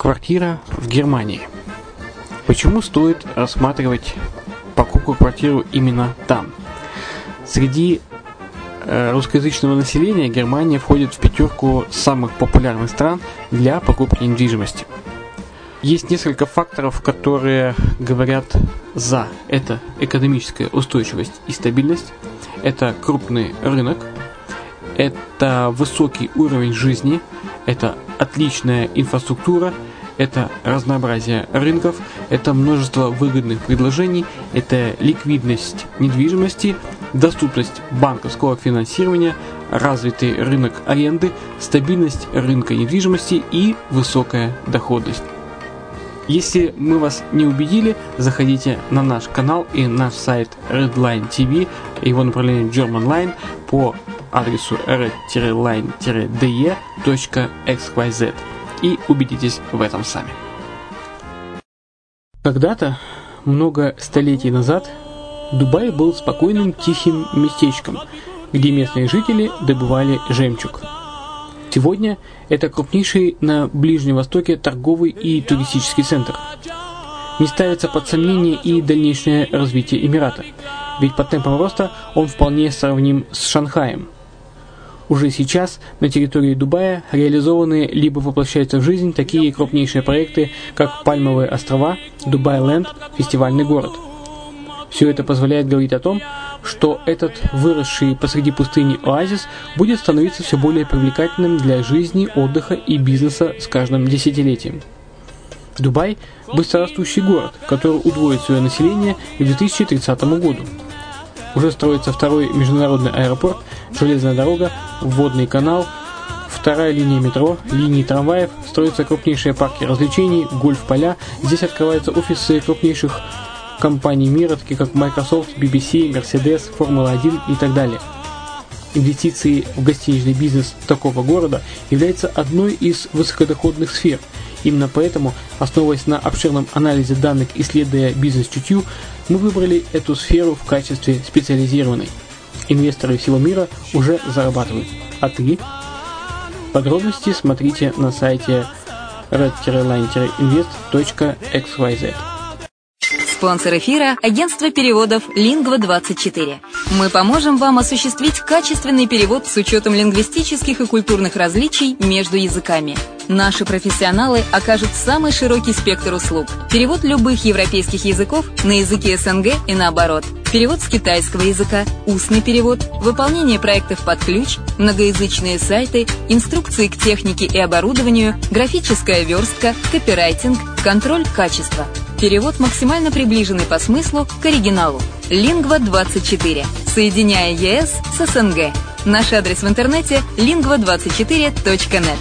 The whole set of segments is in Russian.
Квартира в Германии. Почему стоит рассматривать покупку квартиры именно там? Среди русскоязычного населения Германия входит в пятерку самых популярных стран для покупки недвижимости. Есть несколько факторов, которые говорят за. Это экономическая устойчивость и стабильность, это крупный рынок, это высокий уровень жизни, это отличная инфраструктура, это разнообразие рынков, это множество выгодных предложений, это ликвидность недвижимости, доступность банковского финансирования, развитый рынок аренды, стабильность рынка недвижимости и высокая доходность. Если мы вас не убедили, заходите на наш канал и наш сайт Redline TV, его направление German Line по адресу red-line-de.xyz и убедитесь в этом сами. Когда-то, много столетий назад, Дубай был спокойным тихим местечком, где местные жители добывали жемчуг. Сегодня это крупнейший на Ближнем Востоке торговый и туристический центр. Не ставится под сомнение и дальнейшее развитие Эмирата, ведь по темпам роста он вполне сравним с Шанхаем. Уже сейчас на территории Дубая реализованы либо воплощаются в жизнь такие крупнейшие проекты, как Пальмовые острова, Дубай-Ленд, фестивальный город. Все это позволяет говорить о том, что этот выросший посреди пустыни оазис будет становиться все более привлекательным для жизни, отдыха и бизнеса с каждым десятилетием. Дубай – быстрорастущий город, который удвоит свое население к 2030 году. Уже строится второй международный аэропорт, железная дорога, водный канал, вторая линия метро, линии трамваев, строятся крупнейшие парки развлечений, гольф-поля. Здесь открываются офисы крупнейших компаний мира, таких как Microsoft, BBC, Mercedes, Формула-1 и так далее. Инвестиции в гостиничный бизнес такого города являются одной из высокодоходных сфер. Именно поэтому, основываясь на обширном анализе данных, исследуя бизнес-чутью, мы выбрали эту сферу в качестве специализированной. Инвесторы всего мира уже зарабатывают. А ты? Подробности смотрите на сайте red-line-invest.xyz. Спонсор эфира – агентство переводов Lingva24. Мы поможем вам осуществить качественный перевод с учетом лингвистических и культурных различий между языками. Наши профессионалы окажут самый широкий спектр услуг. Перевод любых европейских языков на языки СНГ и наоборот. Перевод с китайского языка, устный перевод, выполнение проектов под ключ, многоязычные сайты, инструкции к технике и оборудованию, графическая верстка, копирайтинг, контроль качества. Перевод максимально приближенный по смыслу к оригиналу. Lingva24. Соединяя ЕС с СНГ. Наш адрес в интернете lingva24.net.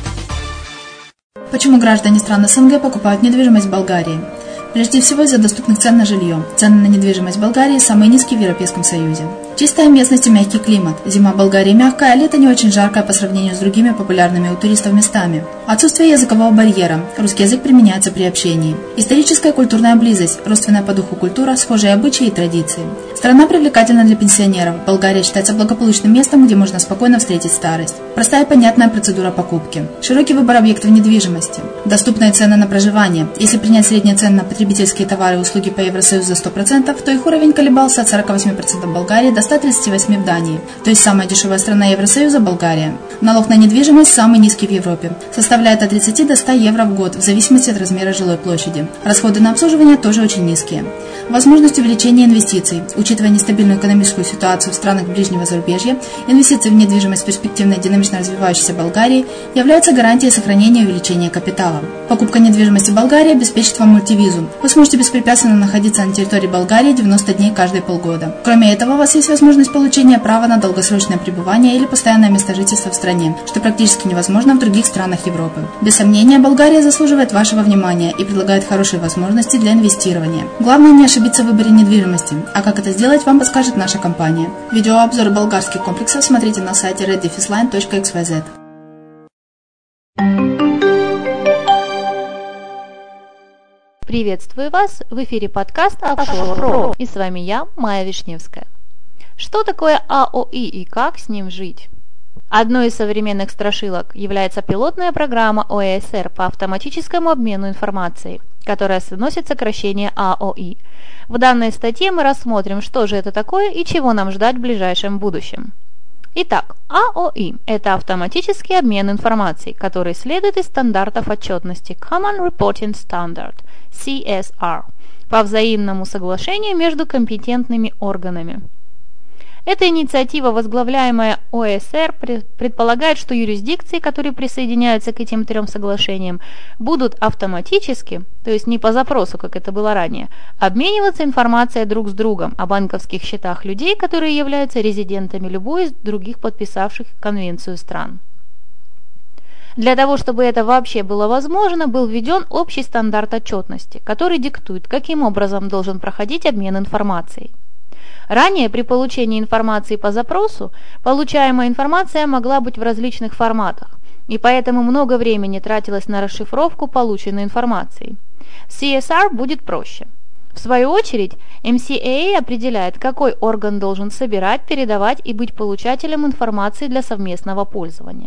Почему граждане стран СНГ покупают недвижимость в Болгарии? Прежде всего из-за доступных цен на жилье. Цены на недвижимость в Болгарии самые низкие в Европейском Союзе. Чистая местность и мягкий климат. Зима в Болгарии мягкая, а лето не очень жаркое по сравнению с другими популярными у туристов местами. Отсутствие языкового барьера. Русский язык применяется при общении. Историческая и культурная близость. Родственная по духу культура, схожие обычаи и традиции. Страна привлекательна для пенсионеров. Болгария считается благополучным местом, где можно спокойно встретить старость. Простая и понятная процедура покупки. Широкий выбор объектов недвижимости. Доступные цены на проживание. Если принять средние цены на потребительские товары и услуги по Евросоюзу за 100%, то их уровень колебался от 48% в Болгарии до 138% в Дании. То есть самая дешевая страна Евросоюза – Болгария. Налог на недвижимость самый низкий в Европе. Составляет от 30 до 100 евро в год, в зависимости от размера жилой площади. Расходы на обслуживание тоже очень низкие. Возможность увеличения инвестиций. Учитывая нестабильную экономическую ситуацию в странах ближнего зарубежья, инвестиции в недвижимость в перспективной динамично развивающейся Болгарии являются гарантией сохранения и увеличения капитала. Покупка недвижимости в Болгарии обеспечит вам мультивизу. Вы сможете беспрепятственно находиться на территории Болгарии 90 дней каждые полгода. Кроме этого, у вас есть возможность получения права на долгосрочное пребывание или постоянное место жительства в стране, что практически невозможно в других странах Европы. Без сомнения, Болгария заслуживает вашего внимания и предлагает хорошие возможности для инвестирования. Главное не ошибиться в выборе недвижимости, а как это сделать, вам подскажет наша компания. Видеообзор болгарских комплексов смотрите на сайте red-line.xyz. Приветствую вас! В эфире подкаст Offshore. И с вами я, Майя Вишневская. Что такое АОИ и как с ним жить? Одной из современных страшилок является пилотная программа ОЭСР по автоматическому обмену информацией, которая носит сокращение АОИ. В данной статье мы рассмотрим, что же это такое и чего нам ждать в ближайшем будущем. Итак, АОИ – это автоматический обмен информацией, который следует из стандартов отчетности Common Reporting Standard, CSR, по взаимному соглашению между компетентными органами. Эта инициатива, возглавляемая ОЭСР, предполагает, что юрисдикции, которые присоединяются к этим 3 соглашениям, будут автоматически, то есть не по запросу, как это было ранее, обмениваться информацией друг с другом о банковских счетах людей, которые являются резидентами любой из других подписавших конвенцию стран. Для того, чтобы это вообще было возможно, был введен общий стандарт отчетности, который диктует, каким образом должен проходить обмен информацией. Ранее при получении информации по запросу, получаемая информация могла быть в различных форматах, и поэтому много времени тратилось на расшифровку полученной информации. С CSR будет проще. В свою очередь, MCAA определяет, какой орган должен собирать, передавать и быть получателем информации для совместного пользования.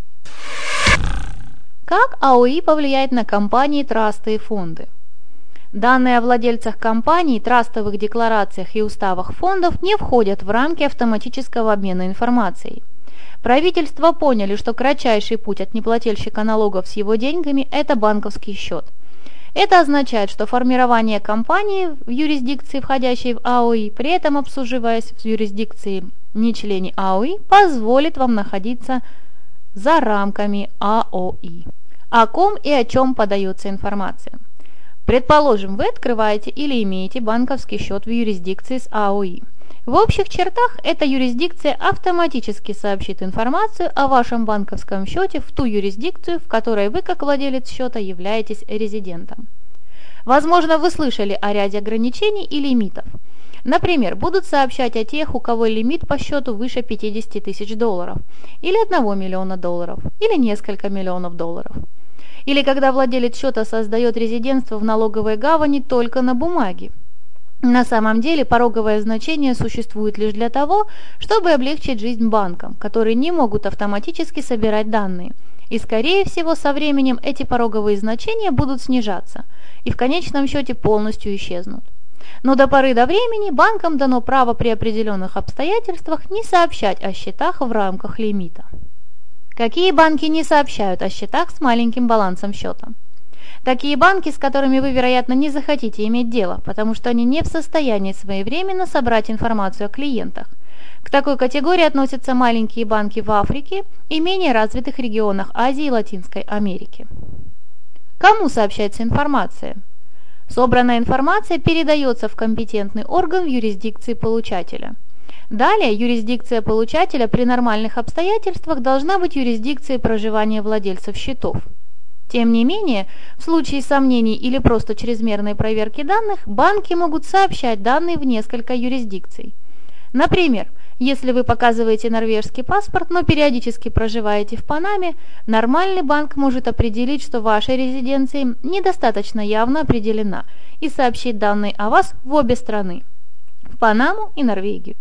Как АОИ повлияет на компании, трасты и фонды? Данные о владельцах компаний, трастовых декларациях и уставах фондов не входят в рамки автоматического обмена информацией. Правительства поняли, что кратчайший путь от неплательщика налогов с его деньгами – это банковский счет. Это означает, что формирование компании в юрисдикции, входящей в АОИ, при этом обслуживаясь в юрисдикции не члене АОИ, позволит вам находиться за рамками АОИ. О ком и о чем подается информация? Предположим, вы открываете или имеете банковский счет в юрисдикции с АОИ. В общих чертах эта юрисдикция автоматически сообщит информацию о вашем банковском счете в ту юрисдикцию, в которой вы, как владелец счета, являетесь резидентом. Возможно, вы слышали о ряде ограничений и лимитов. Например, будут сообщать о тех, у кого лимит по счету выше $50 тысяч, или $1 миллиона, или несколько миллионов долларов. Или когда владелец счета создает резидентство в налоговой гавани только на бумаге. На самом деле пороговое значение существует лишь для того, чтобы облегчить жизнь банкам, которые не могут автоматически собирать данные. И скорее всего со временем эти пороговые значения будут снижаться и в конечном счете полностью исчезнут. Но до поры до времени банкам дано право при определенных обстоятельствах не сообщать о счетах в рамках лимита. Какие банки не сообщают о счетах с маленьким балансом счета? Такие банки, с которыми вы, вероятно, не захотите иметь дело, потому что они не в состоянии своевременно собрать информацию о клиентах. К такой категории относятся маленькие банки в Африке и менее развитых регионах Азии и Латинской Америки. Кому сообщается информация? Собранная информация передается в компетентный орган в юрисдикции получателя. Далее юрисдикция получателя при нормальных обстоятельствах должна быть юрисдикцией проживания владельцев счетов. Тем не менее, в случае сомнений или просто чрезмерной проверки данных, банки могут сообщать данные в несколько юрисдикций. Например, если вы показываете норвежский паспорт, но периодически проживаете в Панаме, нормальный банк может определить, что ваша резиденция недостаточно явно определена, и сообщить данные о вас в обе страны – в Панаму и Норвегию.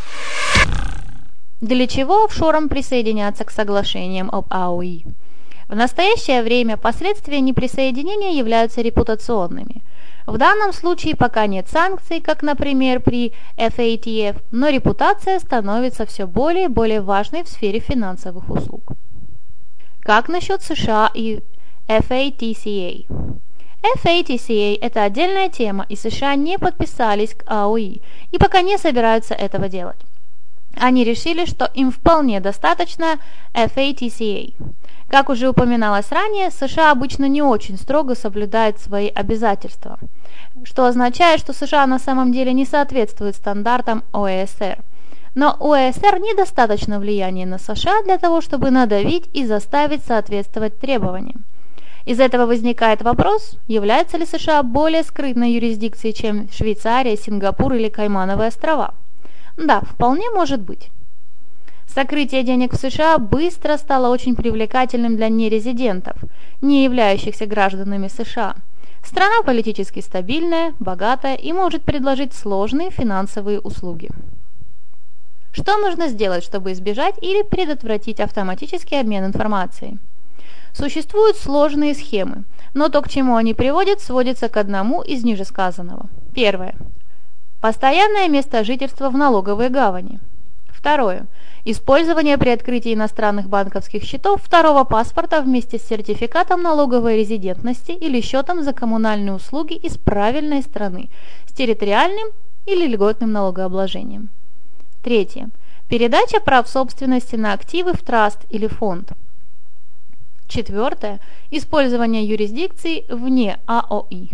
Для чего офшорам присоединяться к соглашениям об АОИ? В настоящее время последствия неприсоединения являются репутационными. В данном случае пока нет санкций, как, например, при FATF, но репутация становится все более и более важной в сфере финансовых услуг. Как насчет США и FATCA? FATCA – это отдельная тема, и США не подписались к АОИ и пока не собираются этого делать. Они решили, что им вполне достаточно FATCA. Как уже упоминалось ранее, США обычно не очень строго соблюдают свои обязательства, что означает, что США на самом деле не соответствуют стандартам ОЭСР. Но у ОЭСР недостаточно влияния на США для того, чтобы надавить и заставить соответствовать требованиям. Из этого возникает вопрос, является ли США более скрытной юрисдикцией, чем Швейцария, Сингапур или Каймановые острова? Да, вполне может быть. Сокрытие денег в США быстро стало очень привлекательным для нерезидентов, не являющихся гражданами США. Страна политически стабильная, богатая и может предложить сложные финансовые услуги. Что можно сделать, чтобы избежать или предотвратить автоматический обмен информацией? Существуют сложные схемы, но то, к чему они приводят, сводится к одному из ниже сказанного. Первое. Постоянное место жительства в налоговой гавани. Второе. Использование при открытии иностранных банковских счетов второго паспорта вместе с сертификатом налоговой резидентности или счетом за коммунальные услуги из правильной страны с территориальным или льготным налогообложением. Третье. Передача прав собственности на активы в траст или фонд. Четвертое. Использование юрисдикции вне АОИ.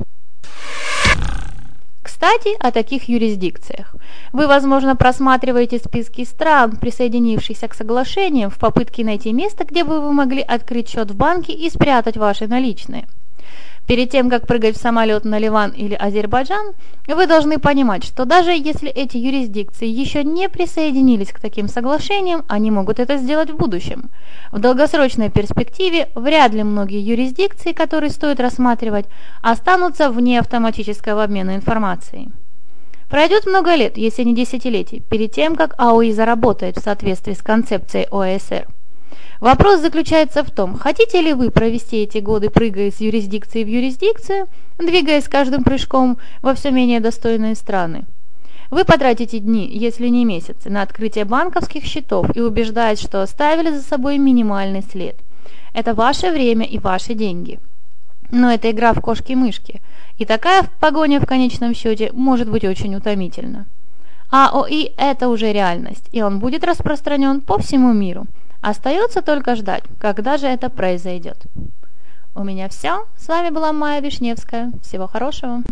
Кстати, о таких юрисдикциях. Вы, возможно, просматриваете списки стран, присоединившихся к соглашениям, в попытке найти место, где бы вы могли открыть счет в банке и спрятать ваши наличные. Перед тем, как прыгать в самолет на Ливан или Азербайджан, вы должны понимать, что даже если эти юрисдикции еще не присоединились к таким соглашениям, они могут это сделать в будущем. В долгосрочной перспективе вряд ли многие юрисдикции, которые стоит рассматривать, останутся вне автоматического обмена информацией. Пройдет много лет, если не десятилетий, перед тем, как АОИ заработает в соответствии с концепцией ОАСР. Вопрос заключается в том, хотите ли вы провести эти годы, прыгая с юрисдикции в юрисдикцию, двигаясь с каждым прыжком во все менее достойные страны. Вы потратите дни, если не месяцы, на открытие банковских счетов и убеждаясь, что оставили за собой минимальный след. Это ваше время и ваши деньги. Но это игра в кошки-мышки, и такая погоня в конечном счете может быть очень утомительна. АОИ – это уже реальность, и он будет распространен по всему миру. Остается только ждать, когда же это произойдет. У меня все. С вами была Майя Вишневская. Всего хорошего.